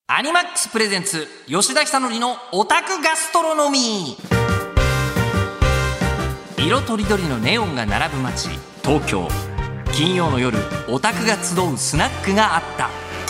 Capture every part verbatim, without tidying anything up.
アニマックスプレゼンツ吉田久典のオタクガストロノミー。色とりどりのネオンが並ぶ街東京。金曜の夜、オタクが集うスナックがあった。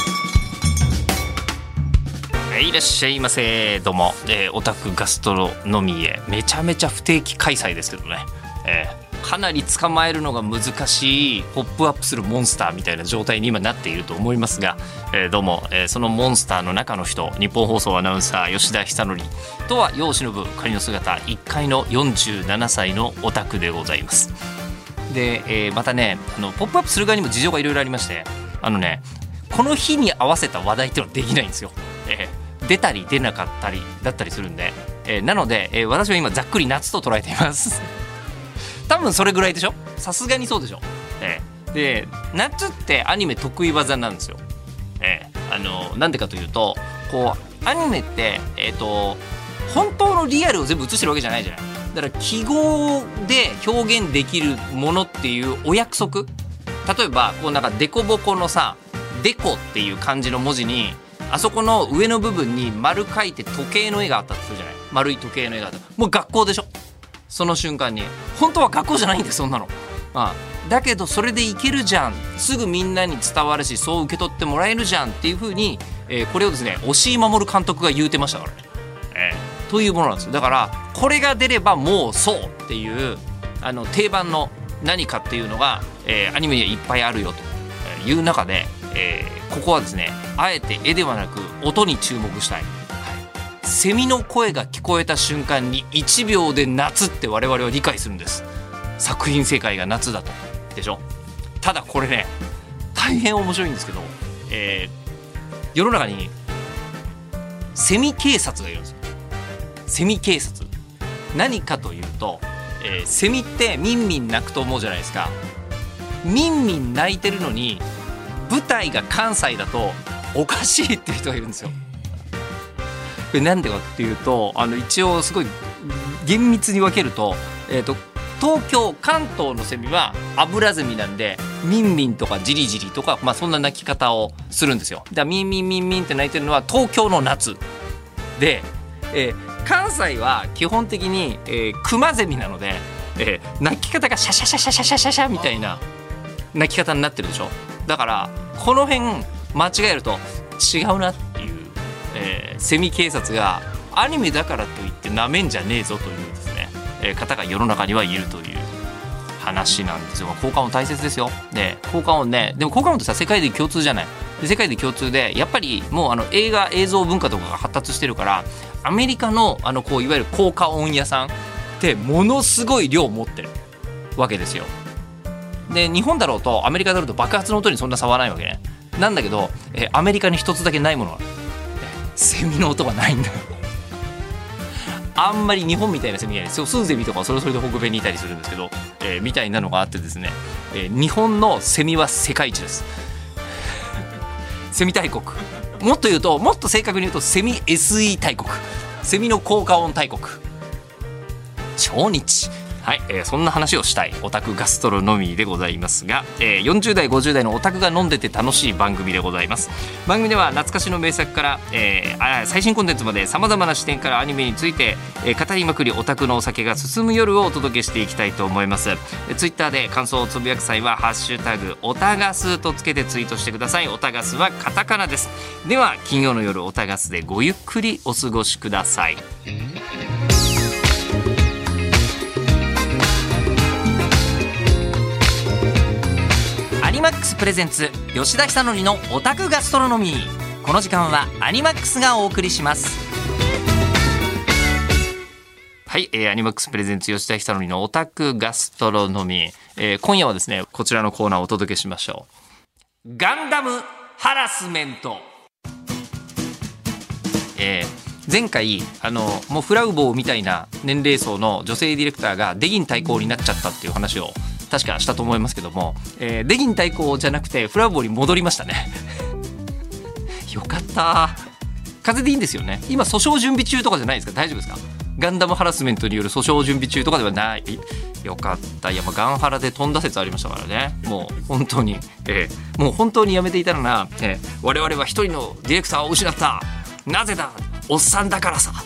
いらっしゃいませ。どうも、えー、オタクガストロノミーへめちゃめちゃ不定期開催ですけどね、えーかなり捕まえるのが難しいポップアップするモンスターみたいな状態に今なっていると思いますが、えー、どうも、えー、そのモンスターの中の人、日本放送アナウンサー吉田久典とは世を忍ぶ仮の姿、いっかいのよんじゅうななさいのオタクでございます。で、えー、またね、あのポップアップする側にも事情がいろいろありまして、あのねこの日に合わせた話題っていうのはできないんですよ、えー、出たり出なかったりだったりするんで、えー、なので、えー、私は今ざっくり夏と捉えています多分それぐらいでしょ、さすがにそうでしょ、えー、で夏ってアニメ得意技なんですよ、えー、あのなんでかというと、こうアニメって、えーと、本当のリアルを全部映してるわけじゃないじゃない。だから記号で表現できるものっていうお約束、例えばこうなんかデコボコのさ、デコっていう漢字の文字にあそこの上の部分に丸書いて時計の絵があったとするじゃない。丸い時計の絵があった。もう学校でしょ、その瞬間に。本当は学校じゃないんだよそんなの、まあ、だけどそれでいけるじゃん、すぐみんなに伝わるし、そう受け取ってもらえるじゃんっていう風に、えー、これをですね押井守監督が言うてましたからね、えー、というものなんですよ。だからこれが出ればもうそうっていうあの定番の何かっていうのが、えー、アニメにはいっぱいあるよという中で、えー、ここはですねあえて絵ではなく音に注目したい。セミの声が聞こえた瞬間にいちびょうで夏って我々は理解するんです。作品世界が夏だとでしょ。ただこれね大変面白いんですけど、えー、世の中にセミ警察がいるんですよ。セミ警察何かというと、えー、セミってミンミン鳴くと思うじゃないですか。ミンミン鳴いてるのに舞台が関西だとおかしいっていう人がいるんですよ。これなんでかっていうと、あの一応すごい厳密に分けると、えーと、東京関東のセミはアブラゼミなんでミンミンとかジリジリとか、まあ、そんな鳴き方をするんですよ。だからミンミンミンミンって鳴いてるのは東京の夏で、えー、関西は基本的に、えー、クマゼミなので、えー、鳴き方がシャシャシャシャシャシャシャシャみたいな鳴き方になってるでしょ。だからこの辺間違えると違うなっていう、えー、セミ警察がアニメだからといってなめんじゃねえぞというですね、えー、方が世の中にはいるという話なんですよ。効果音大切ですよ。で効果音ね、でも効果音ってさ世界で共通じゃない。で世界で共通でやっぱりもうあの映画映像文化とかが発達してるから、アメリカのあのこういわゆる効果音屋さんってものすごい量持ってるわけですよ。で日本だろうとアメリカだろうと爆発の音にそんな差はないわけね。なんだけど、えー、アメリカに一つだけないものがある。セミの音がないんだよあんまり日本みたいなセミがない。スンゼミとかはそれそれで北米にいたりするんですけど、えー、みたいなのがあってですね、えー、日本のセミは世界一ですセミ大国、もっと言うともっと正確に言うとセミ エスイー 大国、セミの効果音大国、超日。はい、えー、そんな話をしたいオタクガストロノミーでございますが、えー、よんじゅう代ごじゅう代のオタクが飲んでて楽しい番組でございます。番組では懐かしの名作から、えー、最新コンテンツまでさまざまな視点からアニメについて、えー、語りまくりオタクのお酒が進む夜をお届けしていきたいと思います。えー、ツイッターで感想をつぶやく際はハッシュタグオタガスとつけてツイートしてください。オタガスはカタカナです。では金曜の夜オタガスでごゆっくりお過ごしください。アニマックスプレゼンツ吉田久典のオタクガストロノミー。この時間はアニマックスがお送りします。はい、えー、アニマックスプレゼンツ吉田久典のオタクガストロノミー、えー、今夜はですねこちらのコーナーをお届けしましょう。ガンダムハラスメント。えー、前回あのもうフラウボーみたいな年齢層の女性ディレクターがデギン対抗になっちゃったっていう話を確かしたと思いますけども、えー、デギン対抗じゃなくてフラウボーに戻りましたねよかった。風邪でいいんですよね。今訴訟準備中とかじゃないですか。大丈夫ですか。ガンダムハラスメントによる訴訟準備中とかではない、 よかった。いや、まあガンハラで飛んだ説ありましたからね。もう本当に、えー、もう本当にやめていたらな、えー、我々は一人のディレクターを失った。なぜだ、おっさんだからさ。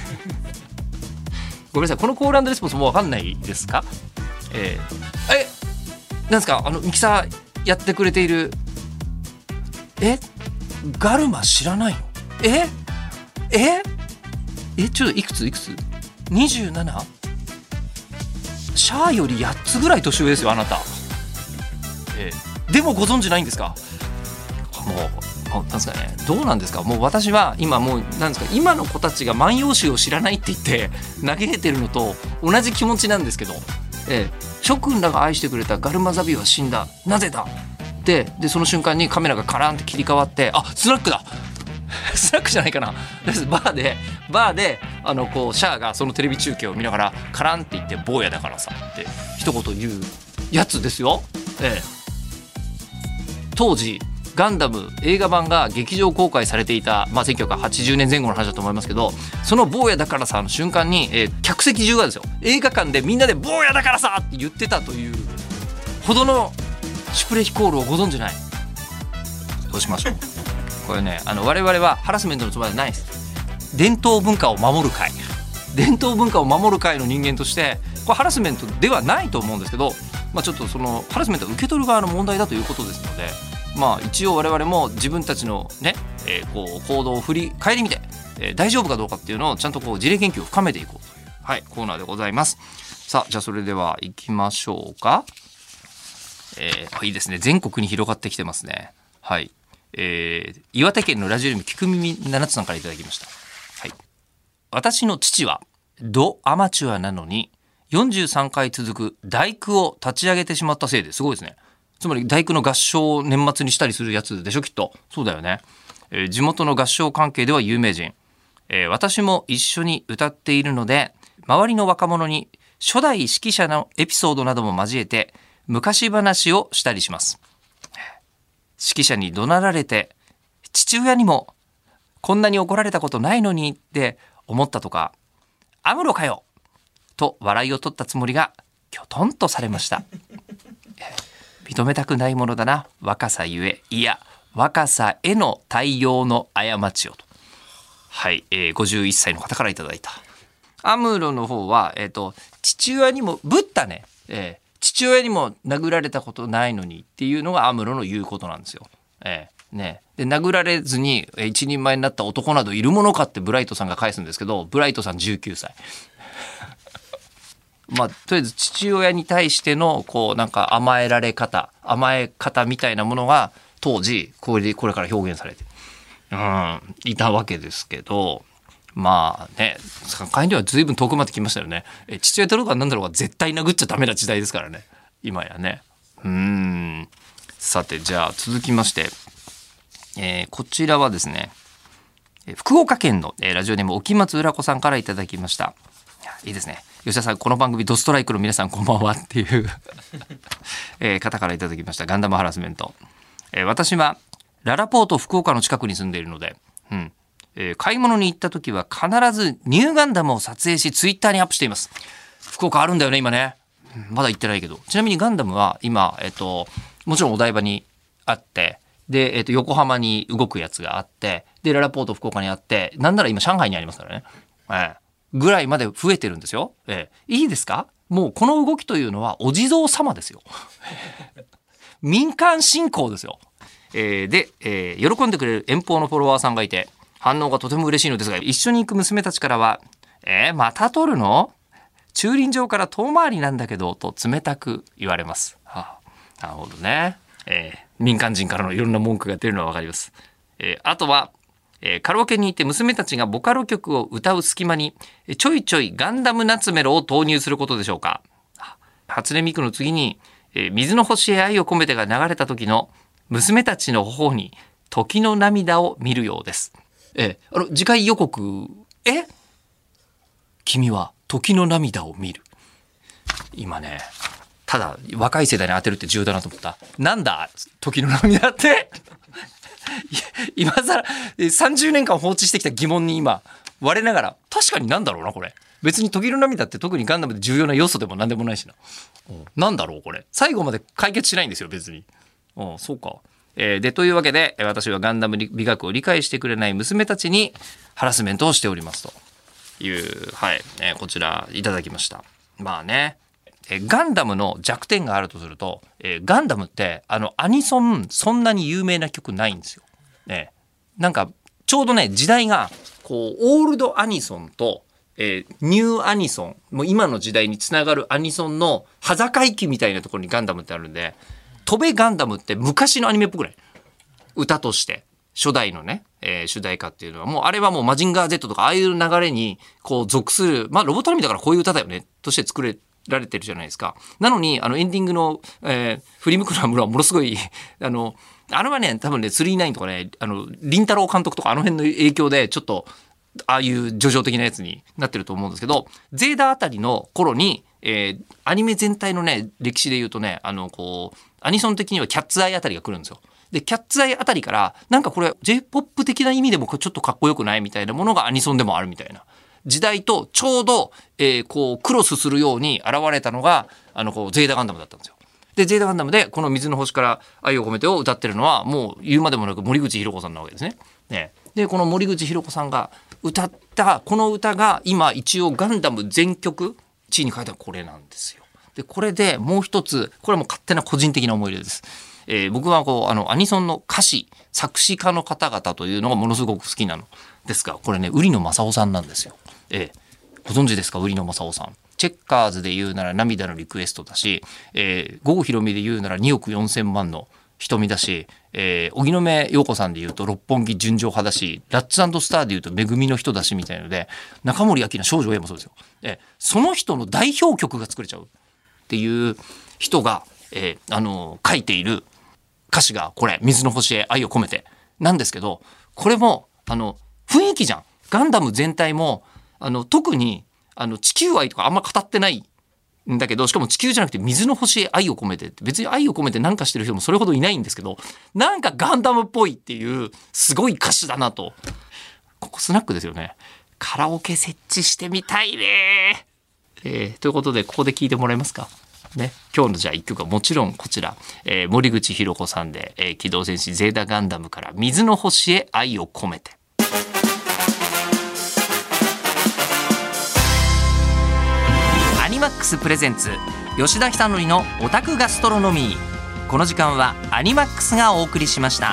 ごめんなさい、このコール&レスポンスもう分かんないですか？えー、えなんですか、あのミキサーやってくれている、えガルマ知らないの？えええちょっといくついくつ ?にじゅうなな？ シャアよりやっつぐらい年上ですよあなた。えー、でもご存知ないんですか？もうなんですかね、どうなんですか？もう私は今もうなんですか、今の子たちが万葉集を知らないって言って嘆いてるのと同じ気持ちなんですけど、えー、諸君らが愛してくれたガルマザビは死んだ、なぜだで、でその瞬間にカメラがカランって切り替わって、あ、スナックだスナックじゃないかな、バーでバーであのこうシャアがそのテレビ中継を見ながらカランって言って坊やだからさって一言言うやつですよ。ええ、当時ガンダム映画版が劇場公開されていた、まあ、せんきゅうひゃくはちじゅうねんぜん後の話だと思いますけど、その坊やだからさの瞬間に、えー、客席中がですよ、映画館でみんなで坊やだからさって言ってたというほどのシュプレヒコールをご存じない。どうしましょうこれね、あの我々はハラスメントのつもりはないです。伝統文化を守る会、伝統文化を守る会の人間としてこれハラスメントではないと思うんですけど、まあ、ちょっとそのハラスメントを受け取る側の問題だということですので、まあ一応我々も自分たちのね、えー、こう行動を振り返り見て、えー、大丈夫かどうかっていうのをちゃんとこう事例研究を深めていこうという、はい、コーナーでございます。さあ、じゃあそれでは行きましょうか。えー、いいですね、全国に広がってきてますね。はい、えー、岩手県のラジオネーム聞く耳七つさんからいただきました。はい、私の父はドアマチュアなのによんじゅうさんかい続く大工を立ち上げてしまったせいですごいですね。つまり大工の合唱を年末にしたりするやつでしょきっと。そうだよね、えー、地元の合唱関係では有名人、えー、私も一緒に歌っているので周りの若者に初代指揮者のエピソードなども交えて昔話をしたりします。指揮者に怒鳴られて父親にもこんなに怒られたことないのにって思ったとか、アムロかよと笑いを取ったつもりがきょとんとされました。認めたくないものだな、若さゆえ、いや若さへの対応の過ちをと。はい、えー、ごじゅういっさいの方からいただいた。アムロの方は、えーと、父親にもぶったね、えー、父親にも殴られたことないのにっていうのがアムロの言うことなんですよ。えーね、で殴られずに一人前になった男などいるものかってブライトさんが返すんですけど、ブライトさんじゅうきゅうさいまあ、とりあえず父親に対してのこうなんか甘えられ方甘え方みたいなものが当時これでこれから表現されて、うん、いたわけですけど、まあね、境には随分遠くまで来ましたよね。え父親だろうが何だろうが絶対殴っちゃダメな時代ですからね今やね。うーん、さてじゃあ続きまして、えー、こちらはですね、福岡県の、えー、ラジオネーム沖松浦子さんからいただきました。いいですね、吉田さん、この番組ドストライクの皆さんこんばんはっていう、えー、方からいただきました。ガンダムハラスメント、えー、私はララポート福岡の近くに住んでいるので、うんえー、買い物に行った時は必ずニューガンダムを撮影しツイッターにアップしています。福岡あるんだよね今ね、まだ行ってないけど。ちなみにガンダムは今、えーと、もちろんお台場にあって、で、えーと、横浜に動くやつがあって、でララポート福岡にあって、なんなら今上海にありますからね、えーぐらいまで増えてるんですよ。ええ、いいですか？もうこの動きというのはお地蔵様ですよ。民間信仰ですよ。えー、で、えー、喜んでくれる遠方のフォロワーさんがいて反応がとても嬉しいのですが、一緒に行く娘たちからはえー、また撮るの？駐輪場から遠回りなんだけどと冷たく言われます。はあ、なるほどね、えー。民間人からのいろんな文句が出るのはわかります。えー、あとはえー、カラオケに行って娘たちがボカロ曲を歌う隙間にちょいちょいガンダムナツメロを投入することでしょうか。初音ミクの次に、えー、水の星へ愛を込めてが流れた時の娘たちの頬に時の涙を見るようです。えー、あの次回予告、え君は時の涙を見る。今ね、ただ若い世代に当てるって重要だなと思った。なんだ時の涙って今更さんじゅうねんかん放置してきた疑問に今我ながら確かになんだろうなこれ別に時の涙って特にガンダムで重要な要素でも何でもないしな。なんだろうこれ、最後まで解決しないんですよ別に。ああそうか。えー、でというわけで私はガンダム美学を理解してくれない娘たちにハラスメントをしておりますという、はい、えー、こちらいただきました。まあね、えー、ガンダムの弱点があるとすると、えー、ガンダムってあのアニソンそんなに有名な曲ないんですよ。ね、なんかちょうどね時代がこうオールドアニソンと、えー、ニューアニソン、もう今の時代につながるアニソンの端境期みたいなところにガンダムってあるんで、飛べガンダムって昔のアニメっぽくない？歌として初代のね、えー、主題歌っていうのはもうあれはもうマジンガー Z とかああいう流れにこう属する、まあロボットアニメだからこういう歌だよねとして作れられてるじゃないですか。なのにあのエンディングの、えー、振り向くのはものすごいあのあれはね多分ねスリーナインとかねあの林太郎監督とかあの辺の影響でちょっとああいう叙情的なやつになってると思うんですけど、ゼーダあたりの頃に、えー、アニメ全体のね歴史で言うとねあのこうアニソン的にはキャッツアイあたりが来るんですよ。でキャッツアイあたりからなんかこれ J-ポップ 的な意味でもちょっとかっこよくないみたいなものがアニソンでもあるみたいな時代とちょうど、えー、こうクロスするように現れたのがあのこうゼータガンダムだったんですよ。でゼータガンダムでこの水の星から愛を込めてを歌ってるのはもう言うまでもなく森口博子さんなわけですね。ねでこの森口博子さんが歌ったこの歌が今一応ガンダム全曲地位に書いたこれなんですよ。でこれでもう一つこれはもう勝手な個人的な思い出です。えー、僕はこうあのアニソンの歌詞作詞家の方々というのがものすごく好きなのですが、これね売野正夫さんなんですよ。えー、ご存知ですか？売野正夫さん、チェッカーズで言うなら涙のリクエストだし、えー、郷ひろみで言うならにおくよんせんまんの瞳だし、えー、荻野目洋子さんで言うと六本木純情派だし、ラッツ&スターで言うと恵みの人だしみたいので、中森明菜少女 A もそうですよ。えー、その人の代表曲が作れちゃうっていう人が、えー、あの書いている歌詞がこれ水の星へ愛を込めてなんですけど、これもあの雰囲気じゃん。ガンダム全体もあの特にあの地球愛とかあんま語ってないんだけど、しかも地球じゃなくて水の星へ愛を込めてって、別に愛を込めてなんかしてる人もそれほどいないんですけど、なんかガンダムっぽいっていうすごい歌詞だなと。ここスナックですよね。カラオケ設置してみたいね、えー、ということでここで聞いてもらえますかね、今日のじゃあいっきょくはもちろんこちら、えー、森口博子さんで、えー、機動戦士ゼータガンダムから水の星へ愛を込めて。アニマックスプレゼンツ吉田久典のオタクガストロノミー。この時間はアニマックスがお送りしました。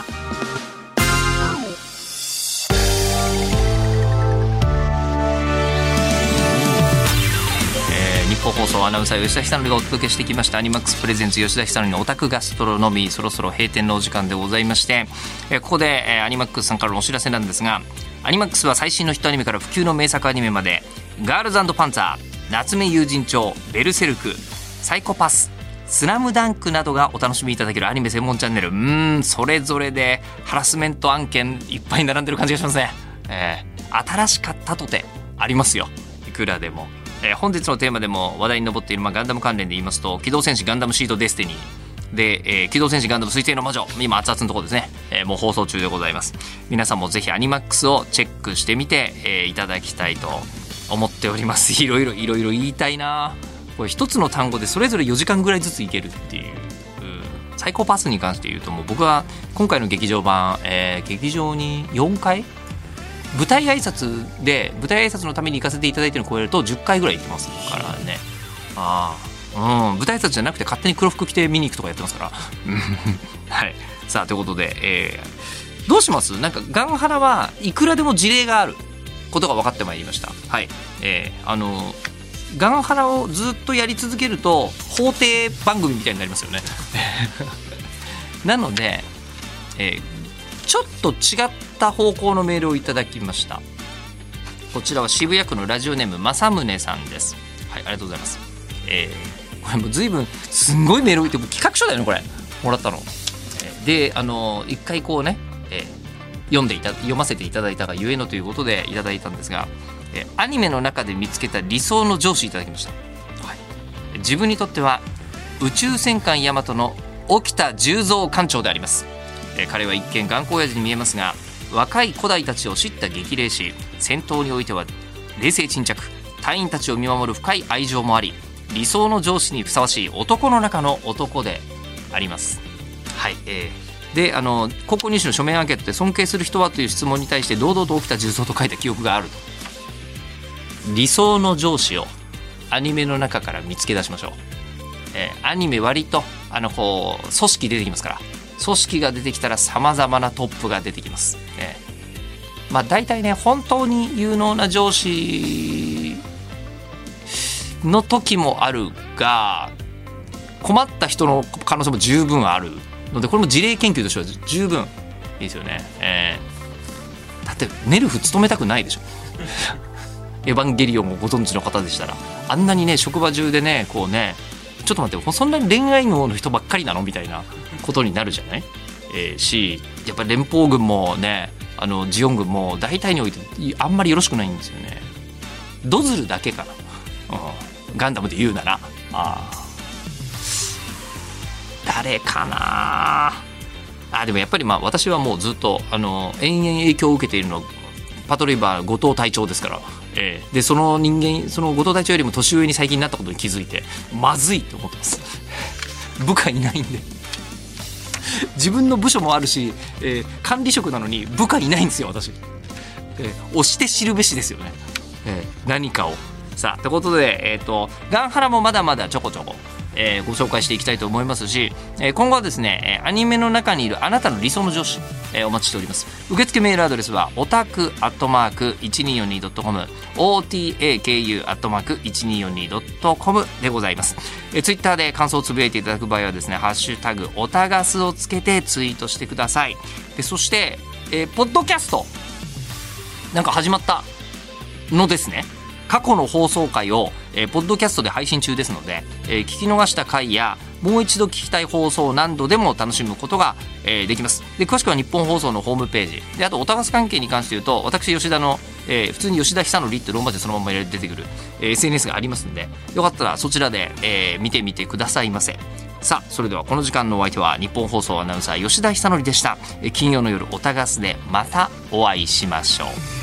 日本放送アナウンサー吉田久典がお届けしてきましたアニマックスプレゼンツ吉田久典のオタクガストロノミー、そろそろ閉店のお時間でございまして、えここで、えアニマックスさんからのお知らせなんですが、アニマックスは最新のヒットアニメから不朽の名作アニメまでガールズ&パンツァー、夏目友人帳、ベルセルク、サイコパス、スラムダンクなどがお楽しみいただけるアニメ専門チャンネル。うーんそれぞれでハラスメント案件いっぱい並んでる感じがしますね。えー、新しかったとてありますよ、いくらでも。えー、本日のテーマでも話題に上っている、まあ、ガンダム関連で言いますと、機動戦士ガンダムシードデスティニーで、えー、機動戦士ガンダム水星の魔女、今熱々のところですね、えー、もう放送中でございます。皆さんもぜひアニマックスをチェックしてみて、えー、いただきたいと思っております。いろいろいろいろ言いたいな。これ一つの単語でそれぞれよじかんぐらいずついけるっていう。サイコパスに関して言うと、もう僕は今回の劇場版、えー、劇場によんかい舞台挨拶で舞台挨拶のために行かせていただいてるのを超えるとじゅっかいぐらい行ってますからね。ああ、うん、舞台挨拶じゃなくて勝手に黒服着て見に行くとかやってますからはい。さあということで、えー、どうします？なんかガンハラはいくらでも事例があることが分かってまいりました。はい、えー、あのガンハラをずっとやり続けると法廷番組みたいになりますよねなので、えーちょっと違った方向のメールをいただきました。こちらは渋谷区のラジオネーム正宗さんです。はい、ありがとうございます。えー、これもう随分すんごいメールをいて、企画書だよねこれもらったの。で、あの一回こうね、えー、読んでいた読ませていただいたがゆえのということでいただいたんですが、えー、アニメの中で見つけた理想の上司いただきました。はい、自分にとっては宇宙戦艦ヤマトの沖田十三艦長であります。えー、彼は一見頑固親父に見えますが、若い古代たちを叱咤激励し、戦闘においては冷静沈着、 隊員たちを見守る深い愛情もあり、理想の上司にふさわしい男の中の男であります。はい、えー、であの高校入試の書面アンケートで尊敬する人はという質問に対して堂々と起きた重曹と書いた記憶があると。理想の上司をアニメの中から見つけ出しましょう。えー、アニメ割とあのこう組織出てきますから、組織が出てきたらさまざまなトップが出てきます。えー、まあ大体ね本当に有能な上司の時もあるが、困った人の可能性も十分あるので、これも事例研究としては十分いいですよね。えー、だってネルフ勤めたくないでしょエヴァンゲリオンをご存知の方でしたら、あんなにね職場中でねこうね、ちょっと待ってそんなに恋愛脳の人ばっかりなのみたいなことになるじゃない、えー、し、やっぱり連邦軍もねあのジオン軍も大体においてあんまりよろしくないんですよね。ドズルだけかな、うん、ガンダムで言うなら。あ誰かなあ。でもやっぱりまあ私はもうずっとあの延々影響を受けているのはパトレイバー後藤隊長ですから、えー、でその人間その後藤隊長よりも年上に最近なったことに気づいてまずいって思ってます部下いないんで自分の部署もあるし、えー、管理職なのに部下いないんですよ私、えー、押して知るべしですよね、えー、何かを。さあということで、えーと、ガンハラもまだまだちょこちょこえー、ご紹介していきたいと思いますし、えー、今後はですねアニメの中にいるあなたの理想の上司、えー、お待ちしております。受付メールアドレスはオタクアットマーク いちにーよんにードットコム オーティーエーケーユー アットマーク いちにーよんにードットコム でございます。えー、ツイッターで感想をつぶやいていただく場合はですねハッシュタグオタガスをつけてツイートしてください。でそして、えー、ポッドキャストなんか始まったのですね。過去の放送回を、えー、ポッドキャストで配信中ですので、えー、聞き逃した回やもう一度聞きたい放送を何度でも楽しむことが、えー、できます。で詳しくは日本放送のホームページで、あとオタガス関係に関して言うと私吉田の、えー、普通に吉田久典ってローマ字でそのまま入れて出てくる、えー、エスエヌエス がありますので、よかったらそちらで、えー、見てみてくださいませ。さあそれではこの時間のお相手は日本放送アナウンサー吉田久典でした。えー、金曜の夜オタガスでまたお会いしましょう。